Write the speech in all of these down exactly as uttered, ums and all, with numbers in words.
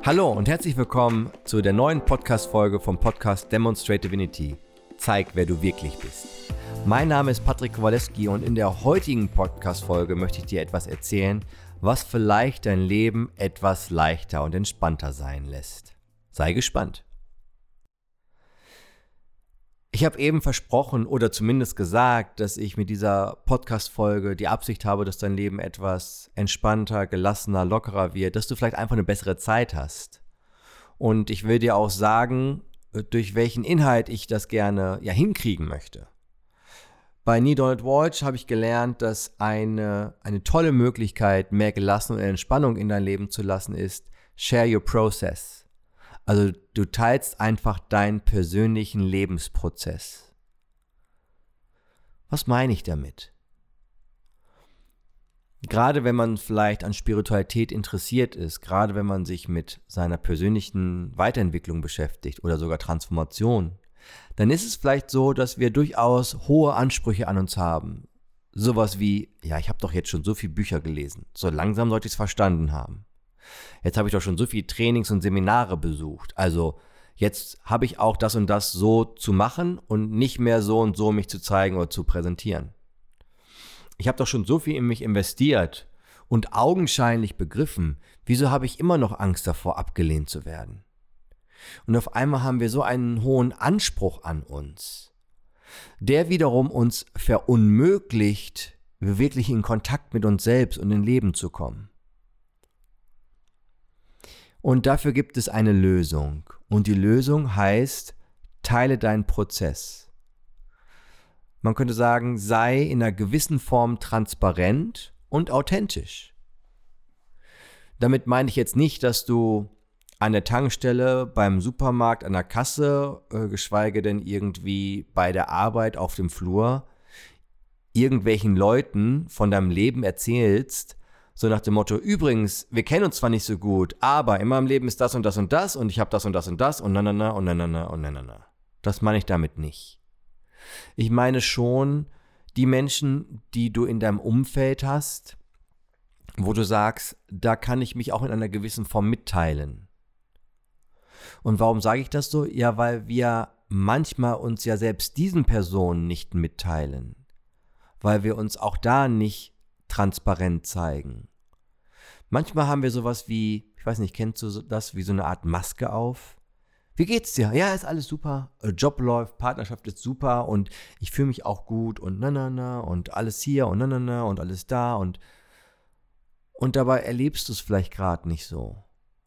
Hallo und herzlich willkommen zu der neuen Podcast-Folge vom Podcast Demonstrate Divinity. Zeig, wer du wirklich bist. Mein Name ist Patrick Kowalewski und in der heutigen Podcast-Folge möchte ich dir etwas erzählen, was vielleicht dein Leben etwas leichter und entspannter sein lässt. Sei gespannt. Ich habe eben versprochen oder zumindest gesagt, dass ich mit dieser Podcast-Folge die Absicht habe, dass dein Leben etwas entspannter, gelassener, lockerer wird, dass du vielleicht einfach eine bessere Zeit hast. Und ich will dir auch sagen, durch welchen Inhalt ich das gerne ja hinkriegen möchte. Bei Neale Donald Walsch habe ich gelernt, dass eine, eine tolle Möglichkeit, mehr Gelassenheit und Entspannung in dein Leben zu lassen, ist Share Your Process. Also du teilst einfach deinen persönlichen Lebensprozess. Was meine ich damit? Gerade wenn man vielleicht an Spiritualität interessiert ist, gerade wenn man sich mit seiner persönlichen Weiterentwicklung beschäftigt oder sogar Transformation, dann ist es vielleicht so, dass wir durchaus hohe Ansprüche an uns haben. Sowas wie, ja, ich habe doch jetzt schon so viele Bücher gelesen, so langsam sollte ich es verstanden haben. Jetzt habe ich doch schon so viele Trainings und Seminare besucht. Also jetzt habe ich auch das und das so zu machen und nicht mehr so und so mich zu zeigen oder zu präsentieren. Ich habe doch schon so viel in mich investiert und augenscheinlich begriffen, wieso habe ich immer noch Angst davor, abgelehnt zu werden? Und auf einmal haben wir so einen hohen Anspruch an uns, der wiederum uns verunmöglicht, wirklich in Kontakt mit uns selbst und in Leben zu kommen. Und dafür gibt es eine Lösung. Und die Lösung heißt, teile deinen Prozess. Man könnte sagen, sei in einer gewissen Form transparent und authentisch. Damit meine ich jetzt nicht, dass du an der Tankstelle, beim Supermarkt, an der Kasse, äh, geschweige denn irgendwie bei der Arbeit auf dem Flur, irgendwelchen Leuten von deinem Leben erzählst, so nach dem Motto, übrigens, wir kennen uns zwar nicht so gut, aber in meinem Leben ist das und das und das und ich habe das und das und das und na na na und na na na und na na na. Das meine ich damit nicht. Ich meine schon die Menschen, die du in deinem Umfeld hast, wo du sagst, da kann ich mich auch in einer gewissen Form mitteilen. Und warum sage ich das so? Ja, weil wir manchmal uns ja selbst diesen Personen nicht mitteilen, weil wir uns auch da nicht transparent zeigen. Manchmal haben wir sowas wie, ich weiß nicht, kennst du das, wie so eine Art Maske auf? Wie geht's dir? Ja, ist alles super, Job läuft, Partnerschaft ist super und ich fühle mich auch gut und na na na und alles hier und na na na und alles da und und dabei erlebst du es vielleicht gerade nicht so.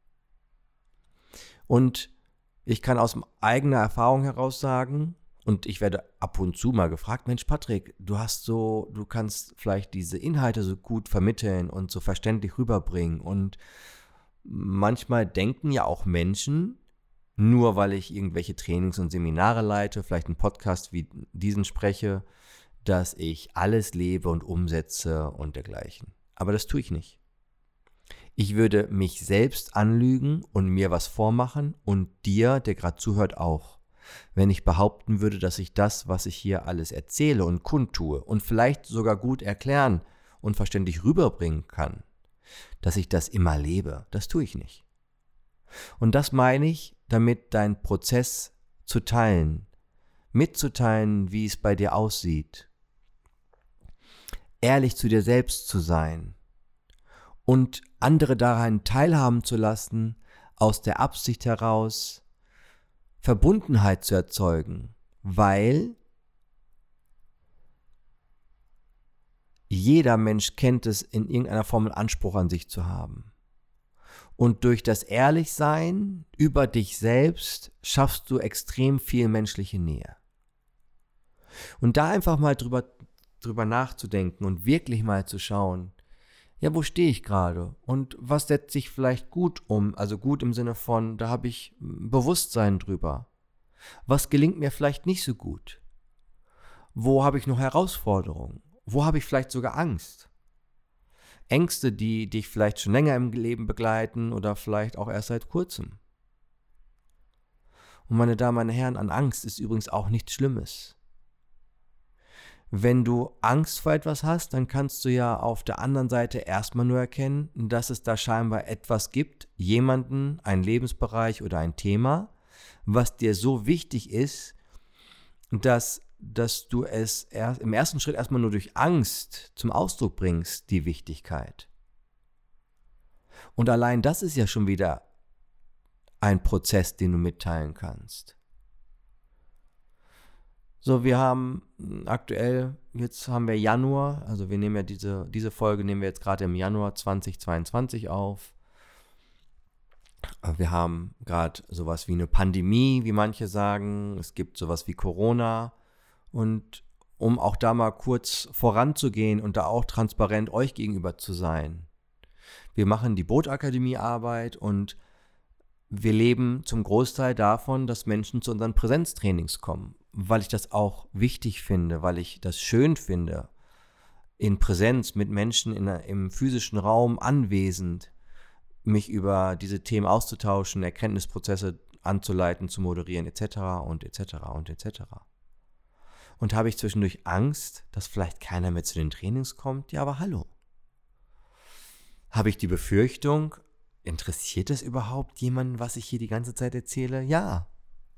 Und ich kann aus eigener Erfahrung heraus sagen, und ich werde ab und zu mal gefragt, Mensch Patrick, du hast so, du kannst vielleicht diese Inhalte so gut vermitteln und so verständlich rüberbringen. Und manchmal denken ja auch Menschen, nur weil ich irgendwelche Trainings und Seminare leite, vielleicht einen Podcast wie diesen spreche, dass ich alles lebe und umsetze und dergleichen. Aber das tue ich nicht. Ich würde mich selbst anlügen und mir was vormachen und dir, der gerade zuhört, auch. Wenn ich behaupten würde, dass ich das, was ich hier alles erzähle und kundtue und vielleicht sogar gut erklären und verständlich rüberbringen kann, dass ich das immer lebe, das tue ich nicht. Und das meine ich, damit dein Prozess zu teilen, mitzuteilen, wie es bei dir aussieht, ehrlich zu dir selbst zu sein und andere daran teilhaben zu lassen, aus der Absicht heraus, Verbundenheit zu erzeugen, weil jeder Mensch kennt es, in irgendeiner Form einen Anspruch an sich zu haben. Und durch das Ehrlichsein über dich selbst schaffst du extrem viel menschliche Nähe. Und da einfach mal drüber, drüber nachzudenken und wirklich mal zu schauen, ja, wo stehe ich gerade und was setzt sich vielleicht gut um, also gut im Sinne von, da habe ich Bewusstsein drüber. Was gelingt mir vielleicht nicht so gut? Wo habe ich noch Herausforderungen? Wo habe ich vielleicht sogar Angst? Ängste, die dich vielleicht schon länger im Leben begleiten oder vielleicht auch erst seit kurzem. Und meine Damen und Herren, an Angst ist übrigens auch nichts Schlimmes. wenn du Angst vor etwas hast, dann kannst du ja auf der anderen Seite erstmal nur erkennen, dass es da scheinbar etwas gibt, jemanden, einen Lebensbereich oder ein Thema, was dir so wichtig ist, dass, dass du es erst, im ersten Schritt erstmal nur durch Angst zum Ausdruck bringst, die Wichtigkeit. Und allein das ist ja schon wieder ein Prozess, den du mitteilen kannst. So, wir haben aktuell, jetzt haben wir Januar, also wir nehmen ja diese, diese Folge nehmen wir jetzt gerade im Januar zweitausendzweiundzwanzig auf. Wir haben gerade sowas wie eine Pandemie, wie manche sagen. Es gibt sowas wie Corona. Und um auch da mal kurz voranzugehen und da auch transparent euch gegenüber zu sein. Wir machen die Boot-Akademie-Arbeit und wir leben zum Großteil davon, dass Menschen zu unseren Präsenztrainings kommen, weil ich das auch wichtig finde, weil ich das schön finde, in Präsenz mit Menschen in, im physischen Raum anwesend, mich über diese Themen auszutauschen, Erkenntnisprozesse anzuleiten, zu moderieren, et cetera und et cetera und et cetera. Und habe ich zwischendurch Angst, dass vielleicht keiner mehr zu den Trainings kommt? Ja, aber hallo. Habe ich die Befürchtung, interessiert es überhaupt jemanden, was ich hier die ganze Zeit erzähle? Ja.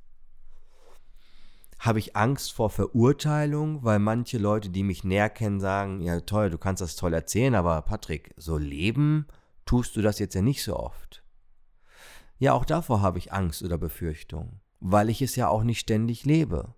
Habe ich Angst vor Verurteilung, weil manche Leute, die mich näher kennen, sagen, ja toll, du kannst das toll erzählen, aber Patrick, so leben tust du das jetzt ja nicht so oft. Ja, auch davor habe ich Angst oder Befürchtung, weil ich es ja auch nicht ständig lebe.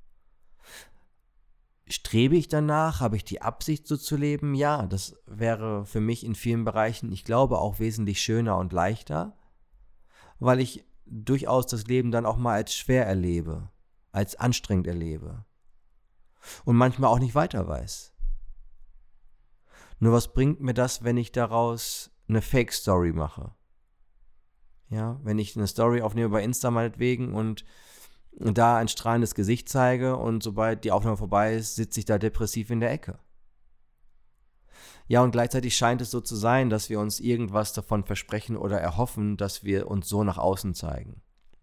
Strebe ich danach? Habe ich die Absicht, so zu leben? Ja, das wäre für mich in vielen Bereichen, ich glaube, auch wesentlich schöner und leichter, weil ich durchaus das Leben dann auch mal als schwer erlebe, als anstrengend erlebe und manchmal auch nicht weiter weiß. Nur was bringt mir das, wenn ich daraus eine Fake-Story mache? Ja, wenn ich eine Story aufnehme bei Insta meinetwegen und da ein strahlendes Gesicht zeige und sobald die Aufnahme vorbei ist, sitze ich da depressiv in der Ecke. Ja, und gleichzeitig scheint es so zu sein, dass wir uns irgendwas davon versprechen oder erhoffen, dass wir uns so nach außen zeigen.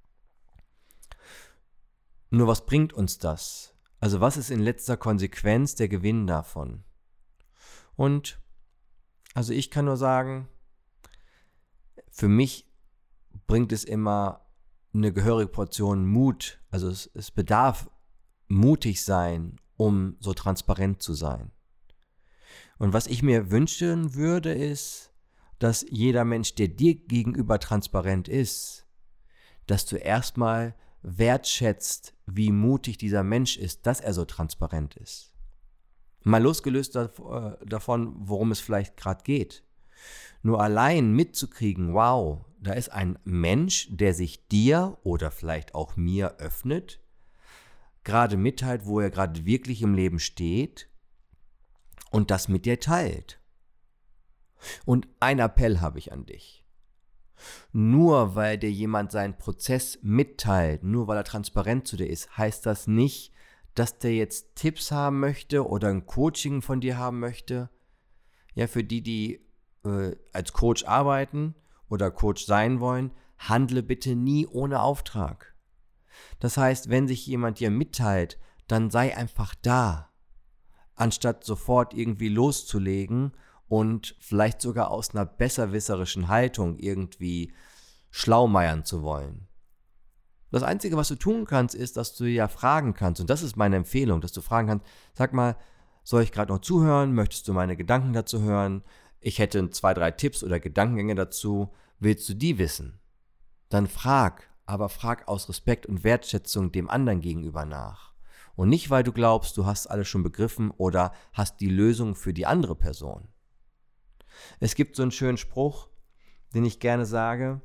Nur was bringt uns das? Also was ist in letzter Konsequenz der Gewinn davon? Und also ich kann nur sagen, für mich bringt es immer eine gehörige Portion Mut, also es, es bedarf mutig sein, um so transparent zu sein. Und was ich mir wünschen würde, ist, dass jeder Mensch, der dir gegenüber transparent ist, dass du erstmal wertschätzt, wie mutig dieser Mensch ist, dass er so transparent ist. Mal losgelöst davon, worum es vielleicht gerade geht. Nur allein mitzukriegen, wow, da ist ein Mensch, der sich dir oder vielleicht auch mir öffnet, gerade mitteilt, wo er gerade wirklich im Leben steht und das mit dir teilt. Und ein Appell habe ich an dich. Nur weil dir jemand seinen Prozess mitteilt, nur weil er transparent zu dir ist, heißt das nicht, dass der jetzt Tipps haben möchte oder ein Coaching von dir haben möchte. Ja, für die, die äh, als Coach arbeiten oder Coach sein wollen, handle bitte nie ohne Auftrag. Das heißt, wenn sich jemand dir mitteilt, dann sei einfach da, anstatt sofort irgendwie loszulegen und vielleicht sogar aus einer besserwisserischen Haltung irgendwie schlaumeiern zu wollen. Das Einzige, was du tun kannst, ist, dass du ja fragen kannst, und das ist meine Empfehlung, dass du fragen kannst, sag mal, soll ich gerade noch zuhören? Möchtest du meine Gedanken dazu hören? Ich hätte zwei, drei Tipps oder Gedankengänge dazu. Willst du die wissen? Dann frag, aber frag aus Respekt und Wertschätzung dem anderen gegenüber nach. Und nicht, weil du glaubst, du hast alles schon begriffen oder hast die Lösung für die andere Person. Es gibt so einen schönen Spruch, den ich gerne sage: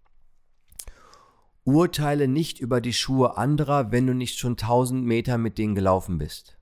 Urteile nicht über die Schuhe anderer, wenn du nicht schon tausend Meter mit denen gelaufen bist.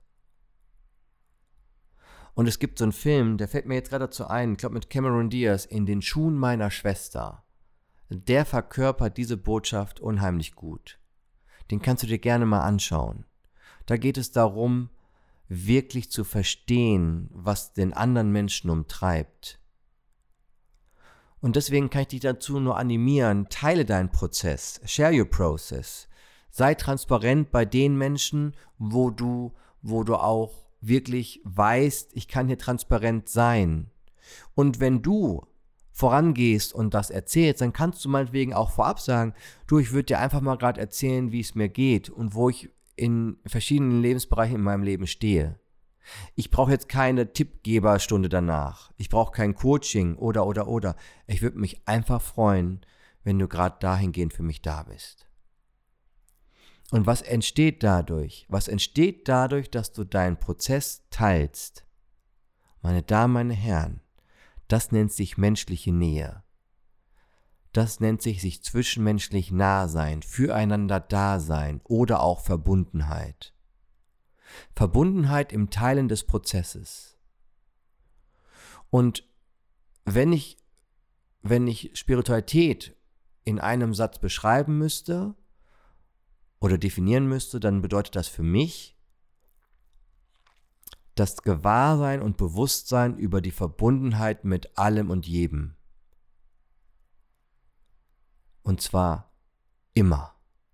Und es gibt so einen Film, der fällt mir jetzt gerade dazu ein, ich glaube mit Cameron Diaz, In den Schuhen meiner Schwester. Der verkörpert diese Botschaft unheimlich gut. Den kannst du dir gerne mal anschauen. Da geht es darum, wirklich zu verstehen, was den anderen Menschen umtreibt. Und deswegen kann ich dich dazu nur animieren, teile deinen Prozess, share your process. Sei transparent bei den Menschen, wo du, wo du auch wirklich weißt, ich kann hier transparent sein. Und wenn du vorangehst und das erzählst, dann kannst du meinetwegen auch vorab sagen, du, ich würde dir einfach mal gerade erzählen, wie es mir geht und wo ich in verschiedenen Lebensbereichen in meinem Leben stehe. Ich brauche jetzt keine Tippgeberstunde danach. Ich brauche kein Coaching oder, oder, oder. Ich würde mich einfach freuen, wenn du gerade dahingehend für mich da bist. Und was entsteht dadurch? Was entsteht dadurch, dass du deinen Prozess teilst? Meine Damen, meine Herren, das nennt sich menschliche Nähe. Das nennt sich sich zwischenmenschlich nah sein, füreinander da sein oder auch Verbundenheit. Verbundenheit im Teilen des Prozesses. Und wenn ich, wenn ich Spiritualität in einem Satz beschreiben müsste oder definieren müsste, dann bedeutet das für mich das Gewahrsein und Bewusstsein über die Verbundenheit mit allem und jedem. Und zwar immer.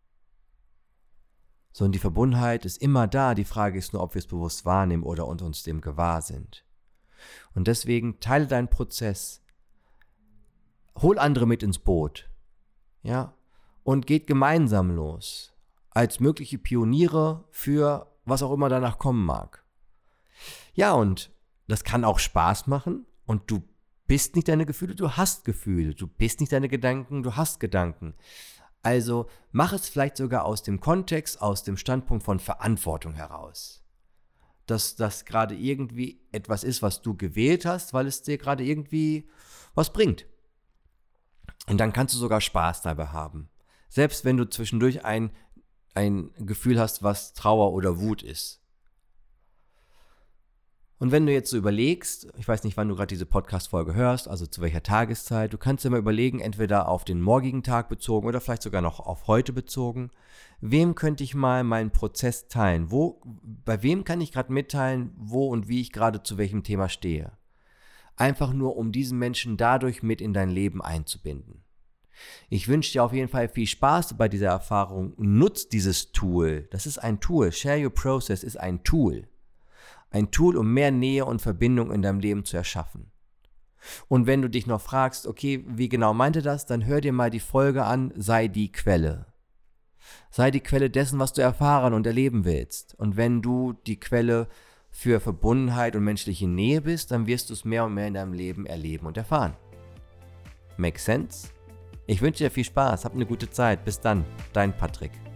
So, und die Verbundenheit ist immer da. Die Frage ist nur, ob wir es bewusst wahrnehmen oder uns dem gewahr sind. Und deswegen teile deinen Prozess. Hol andere mit ins Boot. Ja? Und geht gemeinsam los. Als mögliche Pioniere für was auch immer danach kommen mag. Ja, und das kann auch Spaß machen. Und du bist nicht deine Gefühle, du hast Gefühle. Du bist nicht deine Gedanken, du hast Gedanken. Also mach es vielleicht sogar aus dem Kontext, aus dem Standpunkt von Verantwortung heraus. Dass das gerade irgendwie etwas ist, was du gewählt hast, weil es dir gerade irgendwie was bringt. Und dann kannst du sogar Spaß dabei haben. Selbst wenn du zwischendurch ein, ein Gefühl hast, was Trauer oder Wut ist. Und wenn du jetzt so überlegst, ich weiß nicht, wann du gerade diese Podcast-Folge hörst, also zu welcher Tageszeit, du kannst dir mal überlegen, entweder auf den morgigen Tag bezogen oder vielleicht sogar noch auf heute bezogen, wem könnte ich mal meinen Prozess teilen? Wo, bei wem kann ich gerade mitteilen, wo und wie ich gerade zu welchem Thema stehe? Einfach nur, um diesen Menschen dadurch mit in dein Leben einzubinden. Ich wünsche dir auf jeden Fall viel Spaß bei dieser Erfahrung. Nutz dieses Tool. Das ist ein Tool. Share Your Process ist ein Tool. Ein Tool, um mehr Nähe und Verbindung in deinem Leben zu erschaffen. Und wenn du dich noch fragst, okay, wie genau meinte das, dann hör dir mal die Folge an, sei die Quelle. Sei die Quelle dessen, was du erfahren und erleben willst. Und wenn du die Quelle für Verbundenheit und menschliche Nähe bist, dann wirst du es mehr und mehr in deinem Leben erleben und erfahren. Make sense? Ich wünsche dir viel Spaß, hab eine gute Zeit. Bis dann, dein Patrick.